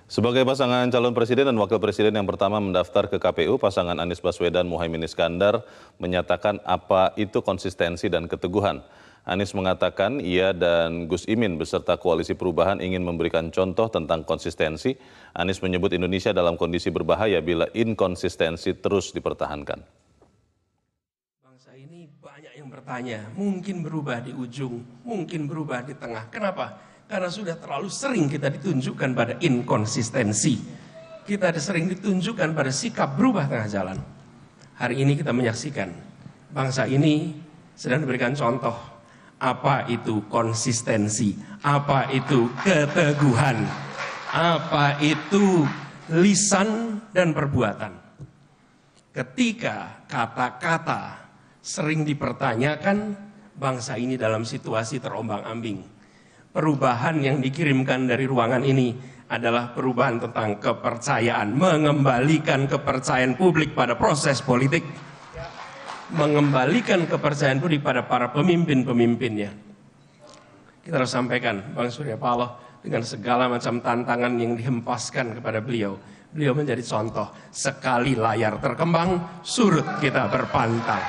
Sebagai pasangan calon presiden dan wakil presiden yang pertama mendaftar ke KPU, pasangan Anies Baswedan Muhaimin Iskandar menyatakan apa itu konsistensi dan keteguhan. Anies mengatakan ia dan Gus Imin beserta Koalisi Perubahan ingin memberikan contoh tentang konsistensi. Anies menyebut Indonesia dalam kondisi berbahaya bila inkonsistensi terus dipertahankan. Bangsa ini banyak yang bertanya, mungkin berubah di ujung, mungkin berubah di tengah. Kenapa? Karena sudah terlalu sering kita ditunjukkan pada inkonsistensi. Kita sering ditunjukkan pada sikap berubah tengah jalan. Hari ini kita menyaksikan bangsa ini sedang diberikan contoh apa itu konsistensi, apa itu keteguhan, apa itu lisan dan perbuatan. Ketika kata-kata sering dipertanyakan, bangsa ini dalam situasi terombang-ambing. Perubahan yang dikirimkan dari ruangan ini adalah perubahan tentang kepercayaan, mengembalikan kepercayaan publik pada proses politik, mengembalikan kepercayaan publik pada para pemimpin-pemimpinnya. Kita harus sampaikan, Bang Surya Paloh, dengan segala macam tantangan yang dihempaskan kepada beliau, beliau menjadi contoh. Sekali layar terkembang, surut kita berpantang.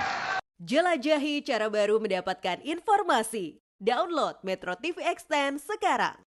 Jelajahi cara baru mendapatkan informasi. Download Metro TV Extend sekarang.